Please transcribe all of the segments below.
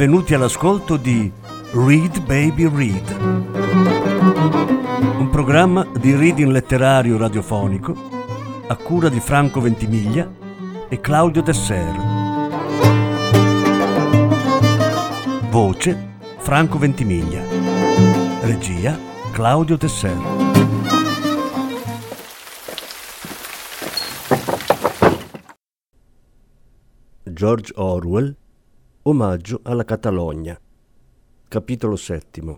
benvenuti all'ascolto di Read Baby Read, un programma di reading letterario radiofonico a cura di Franco Ventimiglia e Claudio Desser. Voce Franco Ventimiglia. Regia Claudio Desser. George Orwell, Omaggio alla Catalogna. Capitolo 7.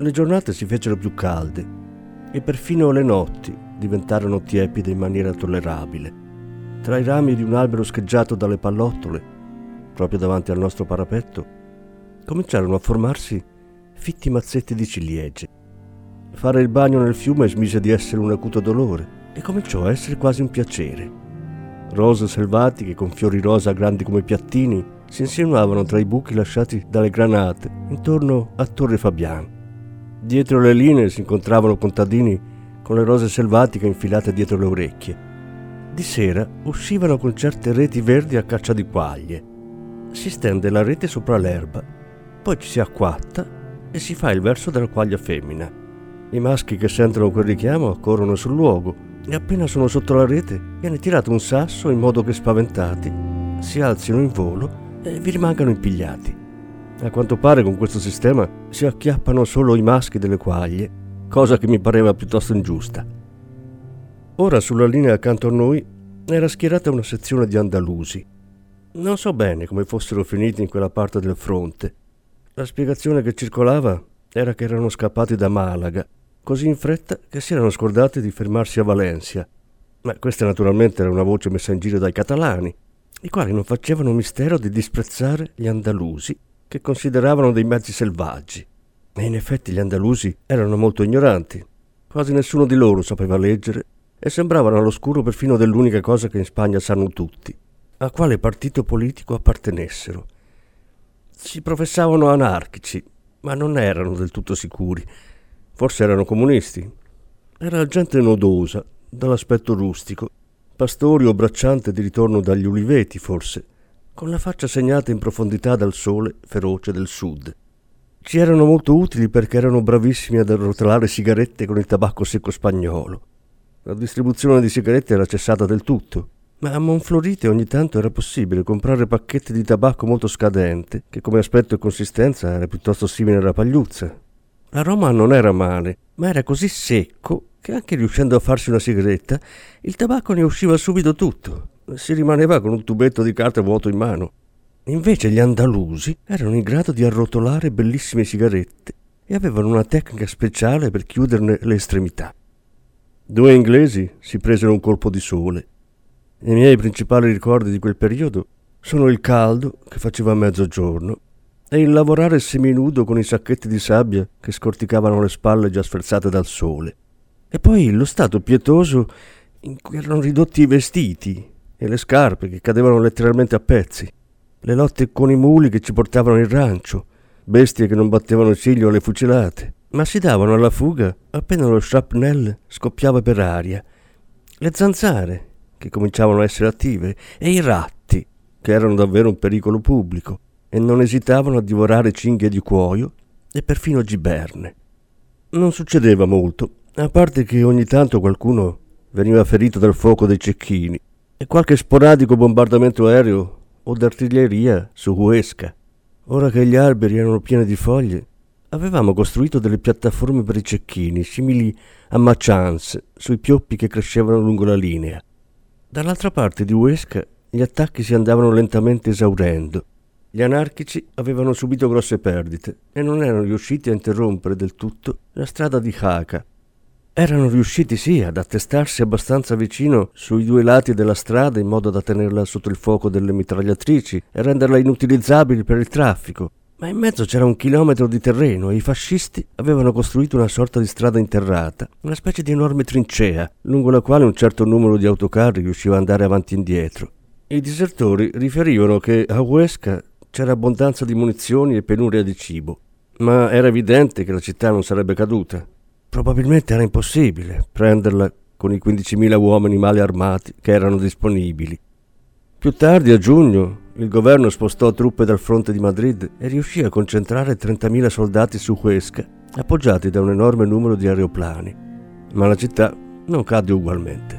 Le giornate si fecero più calde e perfino le notti diventarono tiepide in maniera tollerabile. Tra i rami di un albero scheggiato dalle pallottole, proprio davanti al nostro parapetto, cominciarono a formarsi fitti mazzetti di ciliegie. Fare il bagno nel fiume smise di essere un acuto dolore e cominciò a essere quasi un piacere. Rose selvatiche con fiori rosa grandi come piattini si insinuavano tra i buchi lasciati dalle granate intorno a Torre Fabian. Dietro le linee si incontravano contadini con le rose selvatiche infilate dietro le orecchie. Di sera uscivano con certe reti verdi a caccia di quaglie. Si stende la rete sopra l'erba, poi ci si acquatta e si fa il verso della quaglia femmina. I maschi che sentono quel richiamo accorrono sul luogo e appena sono sotto la rete viene tirato un sasso in modo che spaventati si alzino in volo e vi rimangano impigliati. A quanto pare con questo sistema si acchiappano solo i maschi delle quaglie, cosa che mi pareva piuttosto ingiusta. Ora sulla linea accanto a noi era schierata una sezione di andalusi. Non so bene come fossero finiti in quella parte del fronte. La spiegazione che circolava era che erano scappati da Malaga, così in fretta che si erano scordati di fermarsi a Valencia. Ma questa naturalmente era una voce messa in giro dai catalani, i quali non facevano mistero di disprezzare gli andalusi, che consideravano dei mezzi selvaggi. E in effetti gli andalusi erano molto ignoranti. Quasi nessuno di loro sapeva leggere e sembravano all'oscuro perfino dell'unica cosa che in Spagna sanno tutti, a quale partito politico appartenessero. Si professavano anarchici, ma non erano del tutto sicuri. Forse erano comunisti. Era gente nodosa, dall'aspetto rustico, pastori o bracciante di ritorno dagli uliveti, forse, con la faccia segnata in profondità dal sole feroce del sud. Ci erano molto utili perché erano bravissimi ad arrotolare sigarette con il tabacco secco spagnolo. La distribuzione di sigarette era cessata del tutto, ma a Monflorite ogni tanto era possibile comprare pacchetti di tabacco molto scadente, che come aspetto e consistenza era piuttosto simile alla pagliuzza. L'aroma non era male, ma era così secco che anche riuscendo a farsi una sigaretta, il tabacco ne usciva subito tutto. Si rimaneva con un tubetto di carta vuoto in mano. Invece gli andalusi erano in grado di arrotolare bellissime sigarette e avevano una tecnica speciale per chiuderne le estremità. 2 inglesi si presero un colpo di sole. I miei principali ricordi di quel periodo sono il caldo che faceva a mezzogiorno e il lavorare seminudo con i sacchetti di sabbia che scorticavano le spalle già sferzate dal sole. E poi lo stato pietoso in cui erano ridotti i vestiti e le scarpe che cadevano letteralmente a pezzi, le lotte con i muli che ci portavano il rancio, bestie che non battevano ciglio alle fucilate, ma si davano alla fuga appena lo shrapnel scoppiava per aria, le zanzare che cominciavano a essere attive e i ratti che erano davvero un pericolo pubblico e non esitavano a divorare cinghie di cuoio e perfino giberne. Non succedeva molto, a parte che ogni tanto qualcuno veniva ferito dal fuoco dei cecchini e qualche sporadico bombardamento aereo o d'artiglieria su Huesca. Ora che gli alberi erano pieni di foglie, avevamo costruito delle piattaforme per i cecchini, simili a machans, sui pioppi che crescevano lungo la linea. Dall'altra parte di Huesca gli attacchi si andavano lentamente esaurendo. Gli anarchici avevano subito grosse perdite e non erano riusciti a interrompere del tutto la strada di Jaca. Erano riusciti sì ad attestarsi abbastanza vicino sui 2 lati della strada in modo da tenerla sotto il fuoco delle mitragliatrici e renderla inutilizzabile per il traffico, ma in mezzo c'era 1 chilometro di terreno e i fascisti avevano costruito una sorta di strada interrata, una specie di enorme trincea lungo la quale un certo numero di autocarri riusciva ad andare avanti e indietro. I disertori riferivano che a Huesca c'era abbondanza di munizioni e penuria di cibo, ma era evidente che la città non sarebbe caduta. Probabilmente era impossibile prenderla con i 15.000 uomini male armati che erano disponibili. Più tardi, a giugno, il governo spostò truppe dal fronte di Madrid e riuscì a concentrare 30.000 soldati su Huesca, appoggiati da un enorme numero di aeroplani. Ma la città non cadde ugualmente.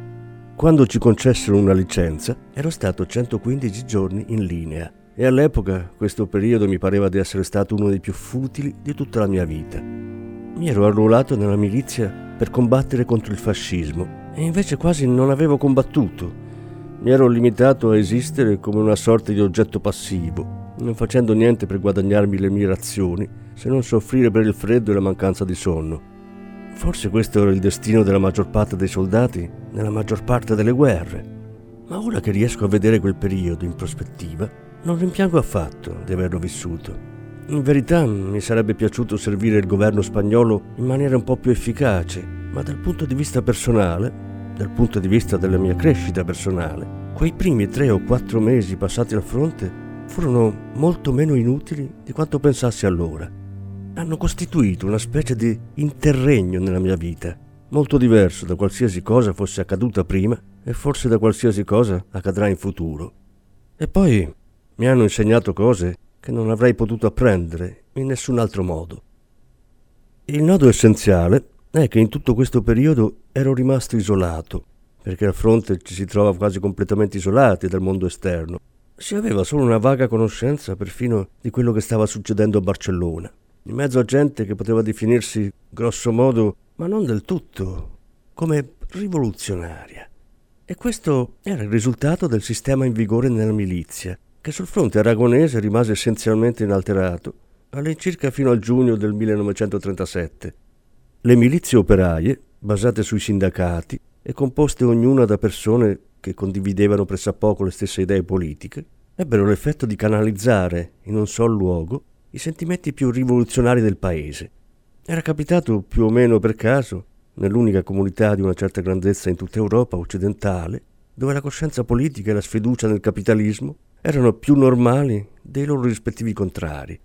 Quando ci concessero una licenza, ero stato 115 giorni in linea e all'epoca questo periodo mi pareva di essere stato uno dei più futili di tutta la mia vita. Mi ero arruolato nella milizia per combattere contro il fascismo e invece quasi non avevo combattuto. Mi ero limitato a esistere come una sorta di oggetto passivo. non facendo niente per guadagnarmi le mie razioni, se non soffrire per il freddo e la mancanza di sonno. Forse questo era il destino della maggior parte dei soldati nella maggior parte delle guerre. Ma ora che riesco a vedere quel periodo in prospettiva, non rimpiango affatto di averlo vissuto. In verità mi sarebbe piaciuto servire il governo spagnolo in maniera un po' più efficace, ma dal punto di vista personale, dal punto di vista della mia crescita personale, quei primi 3 o 4 mesi passati al fronte furono molto meno inutili di quanto pensassi allora. Hanno costituito una specie di interregno nella mia vita, molto diverso da qualsiasi cosa fosse accaduta prima e forse da qualsiasi cosa accadrà in futuro. E poi mi hanno insegnato cose che non avrei potuto apprendere in nessun altro modo. Il nodo essenziale è che in tutto questo periodo ero rimasto isolato, perché al fronte ci si trova quasi completamente isolati dal mondo esterno. Si aveva solo una vaga conoscenza perfino di quello che stava succedendo a Barcellona, in mezzo a gente che poteva definirsi, grosso modo, ma non del tutto, come rivoluzionaria. E questo era il risultato del sistema in vigore nella milizia, che sul fronte aragonese rimase essenzialmente inalterato, all'incirca fino al giugno del 1937. Le milizie operaie, basate sui sindacati e composte ognuna da persone che condividevano pressappoco le stesse idee politiche, ebbero l'effetto di canalizzare in un sol luogo i sentimenti più rivoluzionari del paese. Era capitato più o meno per caso, nell'unica comunità di una certa grandezza in tutta Europa occidentale, dove la coscienza politica e la sfiducia nel capitalismo erano più normali dei loro rispettivi contrari.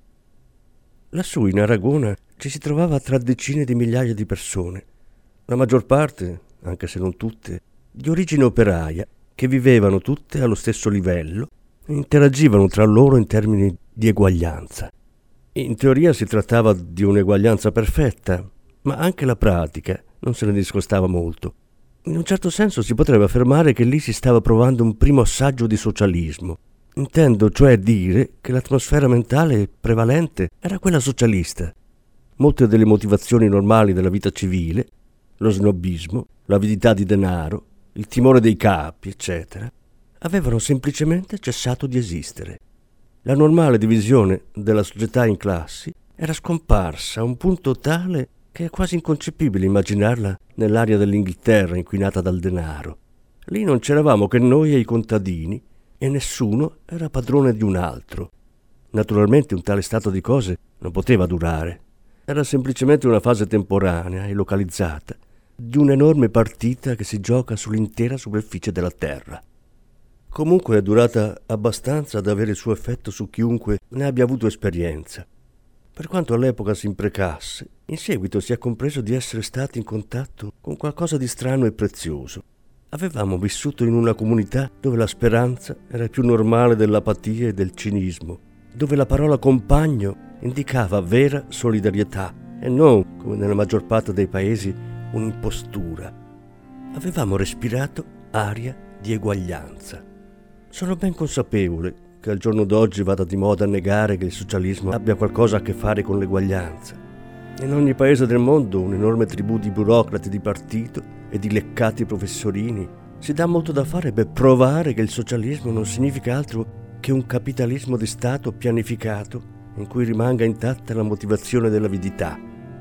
Lassù in Aragona ci si trovava tra decine di migliaia di persone, la maggior parte, anche se non tutte, di origine operaia, che vivevano tutte allo stesso livello e interagivano tra loro in termini di eguaglianza. In teoria si trattava di un'eguaglianza perfetta, ma anche la pratica non se ne discostava molto. In un certo senso si potrebbe affermare che lì si stava provando un primo assaggio di socialismo. Intendo cioè dire che l'atmosfera mentale prevalente era quella socialista. Molte delle motivazioni normali della vita civile, lo snobismo, l'avidità di denaro, il timore dei capi, eccetera, avevano semplicemente cessato di esistere. La normale divisione della società in classi era scomparsa a un punto tale che è quasi inconcepibile immaginarla nell'area dell'Inghilterra inquinata dal denaro. Lì non c'eravamo che noi e i contadini e nessuno era padrone di un altro. Naturalmente un tale stato di cose non poteva durare. Era semplicemente una fase temporanea e localizzata di un'enorme partita che si gioca sull'intera superficie della Terra. Comunque è durata abbastanza da avere il suo effetto su chiunque ne abbia avuto esperienza. Per quanto all'epoca si imprecasse, in seguito si è compreso di essere stati in contatto con qualcosa di strano e prezioso. Avevamo vissuto in una comunità dove la speranza era più normale dell'apatia e del cinismo, dove la parola compagno indicava vera solidarietà e non, come nella maggior parte dei paesi, un'impostura. Avevamo respirato aria di eguaglianza. Sono ben consapevole che al giorno d'oggi vada di moda a negare che il socialismo abbia qualcosa a che fare con l'eguaglianza. In ogni paese del mondo un'enorme tribù di burocrati di partito e di leccati professorini si dà molto da fare per provare che il socialismo non significa altro che un capitalismo di Stato pianificato in cui rimanga intatta la motivazione dell'avidità.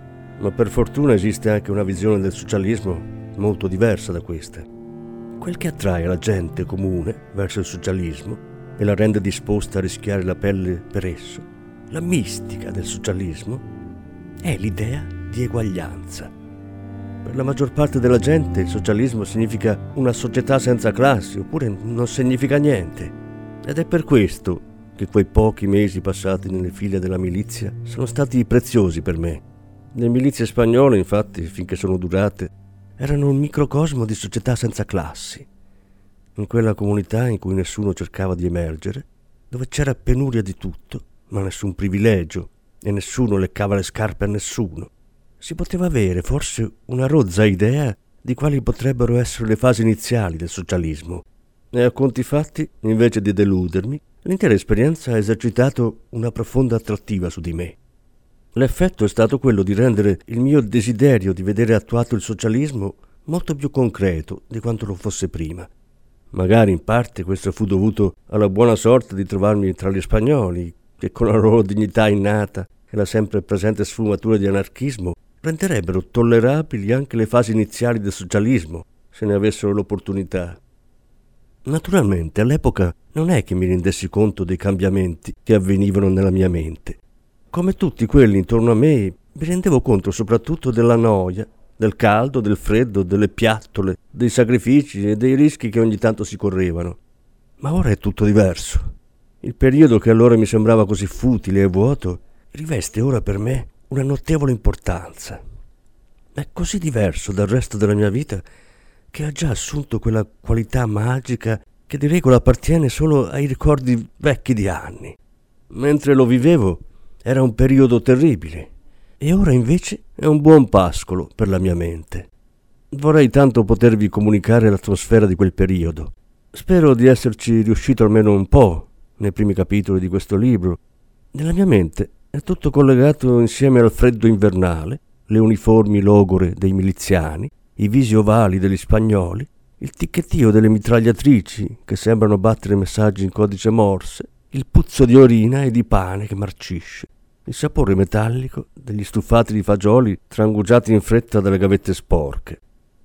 Ma per fortuna esiste anche una visione del socialismo molto diversa da questa. Quel che attrae la gente comune verso il socialismo e la rende disposta a rischiare la pelle per esso, la mistica del socialismo, è l'idea di eguaglianza. Per la maggior parte della gente il socialismo significa una società senza classi, oppure non significa niente. Ed è per questo che quei pochi mesi passati nelle file della milizia sono stati preziosi per me. Le milizie spagnole, infatti, finché sono durate, erano un microcosmo di società senza classi. In quella comunità in cui nessuno cercava di emergere, dove c'era penuria di tutto, ma nessun privilegio, e nessuno leccava le scarpe a nessuno, si poteva avere forse una rozza idea di quali potrebbero essere le fasi iniziali del socialismo. E a conti fatti, invece di deludermi, l'intera esperienza ha esercitato una profonda attrattiva su di me. L'effetto è stato quello di rendere il mio desiderio di vedere attuato il socialismo molto più concreto di quanto lo fosse prima. Magari in parte questo fu dovuto alla buona sorte di trovarmi tra gli spagnoli, che con la loro dignità innata e la sempre presente sfumatura di anarchismo renderebbero tollerabili anche le fasi iniziali del socialismo, se ne avessero l'opportunità. Naturalmente all'epoca non è che mi rendessi conto dei cambiamenti che avvenivano nella mia mente. Come tutti quelli intorno a me, mi rendevo conto soprattutto della noia, del caldo, del freddo, delle piattole, dei sacrifici e dei rischi che ogni tanto si correvano. Ma ora è tutto diverso. Il periodo che allora mi sembrava così futile e vuoto riveste ora per me una notevole importanza. È così diverso dal resto della mia vita che ha già assunto quella qualità magica che di regola appartiene solo ai ricordi vecchi di anni. Mentre lo vivevo era un periodo terribile e ora invece è un buon pascolo per la mia mente. Vorrei tanto potervi comunicare l'atmosfera di quel periodo. Spero di esserci riuscito almeno un po' nei primi capitoli di questo libro. Nella mia mente è tutto collegato insieme al freddo invernale, le uniformi logore dei miliziani, i visi ovali degli spagnoli, il ticchettio delle mitragliatrici che sembrano battere messaggi in codice Morse, il puzzo di orina e di pane che marcisce, il sapore metallico degli stufati di fagioli trangugiati in fretta dalle gavette sporche.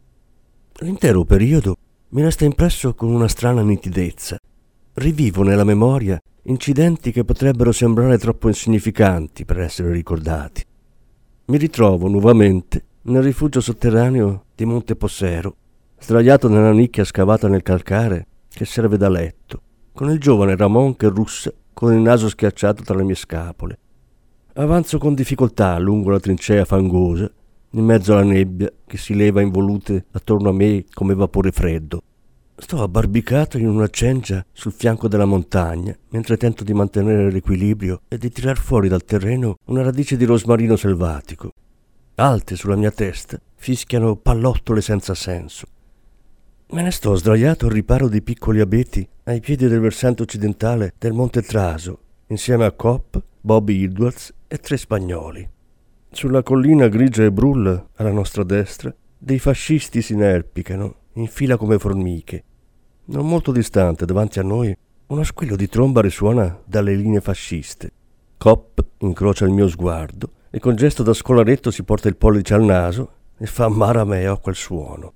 L'intero periodo mi resta impresso con una strana nitidezza. Rivivo nella memoria incidenti che potrebbero sembrare troppo insignificanti per essere ricordati. Mi ritrovo nuovamente nel rifugio sotterraneo di Monte Possero, sdraiato nella nicchia scavata nel calcare che serve da letto, con il giovane Ramon che russa con il naso schiacciato tra le mie scapole. Avanzo con difficoltà lungo la trincea fangosa, in mezzo alla nebbia che si leva in volute attorno a me come vapore freddo. Sto abbarbicato in una cengia sul fianco della montagna, mentre tento di mantenere l'equilibrio e di tirar fuori dal terreno una radice di rosmarino selvatico. Alte sulla mia testa fischiano pallottole senza senso. Me ne sto sdraiato al riparo di piccoli abeti ai piedi del versante occidentale del Monte Traso, insieme a Copp, Bobby Edwards e 3 spagnoli. Sulla collina grigia e brulla, alla nostra destra, dei fascisti si inerpicano, in fila come formiche. Non molto distante, davanti a noi, uno squillo di tromba risuona dalle linee fasciste. Copp incrocia il mio sguardo e con gesto da scolaretto si porta il pollice al naso e fa marameo a quel suono.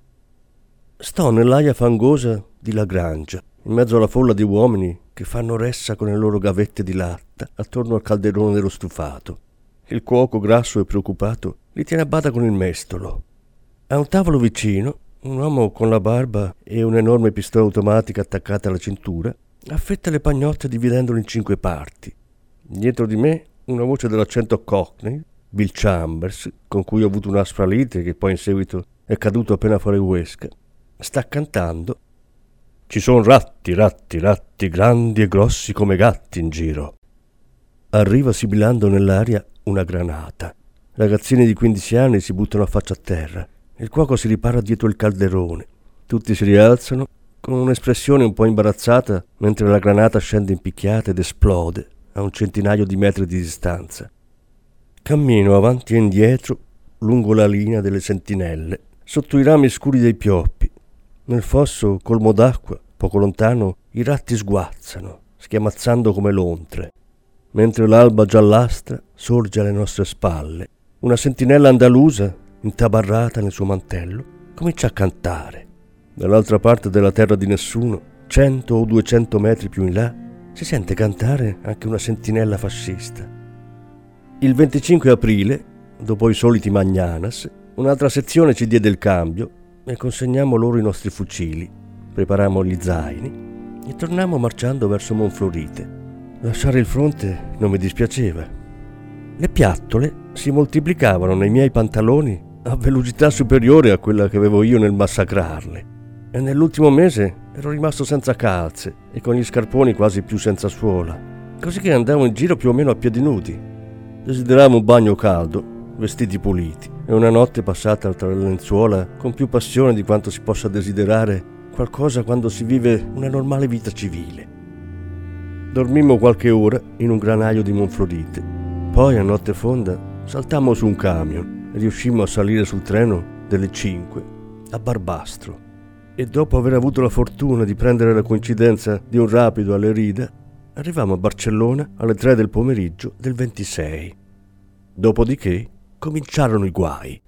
Sto nell'aia fangosa di La Grangia, in mezzo alla folla di uomini che fanno ressa con le loro gavette di latta attorno al calderone dello stufato. Il cuoco, grasso e preoccupato, li tiene a bada con il mestolo. A un tavolo vicino, un uomo con la barba e un'enorme pistola automatica attaccata alla cintura affetta le pagnotte dividendole in 5 parti. Dietro di me una voce dell'accento cockney, Bill Chambers, con cui ho avuto un'aspra lite che poi in seguito è caduto appena fuori Huesca, sta cantando: «Ci son ratti, ratti, ratti, grandi e grossi come gatti in giro». Arriva sibilando nell'aria una granata. Ragazzini di 15 anni si buttano a faccia a terra. Il cuoco si ripara dietro il calderone. Tutti si rialzano con un'espressione un po' imbarazzata mentre la granata scende in picchiata ed esplode a un centinaio di metri di distanza. Cammino avanti e indietro lungo la linea delle sentinelle, sotto i rami scuri dei pioppi. Nel fosso colmo d'acqua, poco lontano, i ratti sguazzano, schiamazzando come lontre. Mentre l'alba giallastra sorge alle nostre spalle, una sentinella andalusa, intabarrata nel suo mantello, comincia a cantare. Dall'altra parte della terra di nessuno, 100 o 200 metri più in là, si sente cantare anche una sentinella fascista. Il 25 aprile, dopo i soliti magnanas, un'altra sezione ci diede il cambio e consegnammo loro i nostri fucili, preparammo gli zaini e tornammo marciando verso Monflorite. Lasciare il fronte non mi dispiaceva. Le piattole si moltiplicavano nei miei pantaloni a velocità superiore a quella che avevo io nel massacrarle, e nell'ultimo mese ero rimasto senza calze e con gli scarponi quasi più senza suola, così che andavo in giro più o meno a piedi nudi. Desideravo un bagno caldo, vestiti puliti e una notte passata tra le lenzuola con più passione di quanto si possa desiderare qualcosa quando si vive una normale vita civile. Dormimmo qualche ora in un granaio di Monflorite. Poi a notte fonda saltammo su un camion e riuscimmo a salire sul treno delle 5 a Barbastro. e dopo aver avuto la fortuna di prendere la coincidenza di un rapido alle Ride, arrivammo a Barcellona alle 3 del pomeriggio del 26. Dopodiché cominciarono i guai.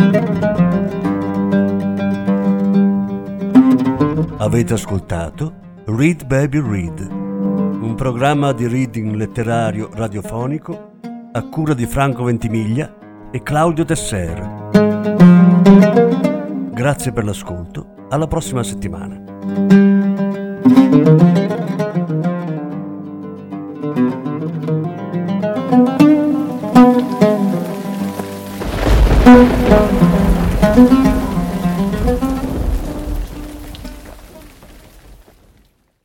Avete ascoltato Read Baby Read, un programma di reading letterario radiofonico a cura di Franco Ventimiglia e Claudio Tesser. Grazie per l'ascolto, alla prossima settimana.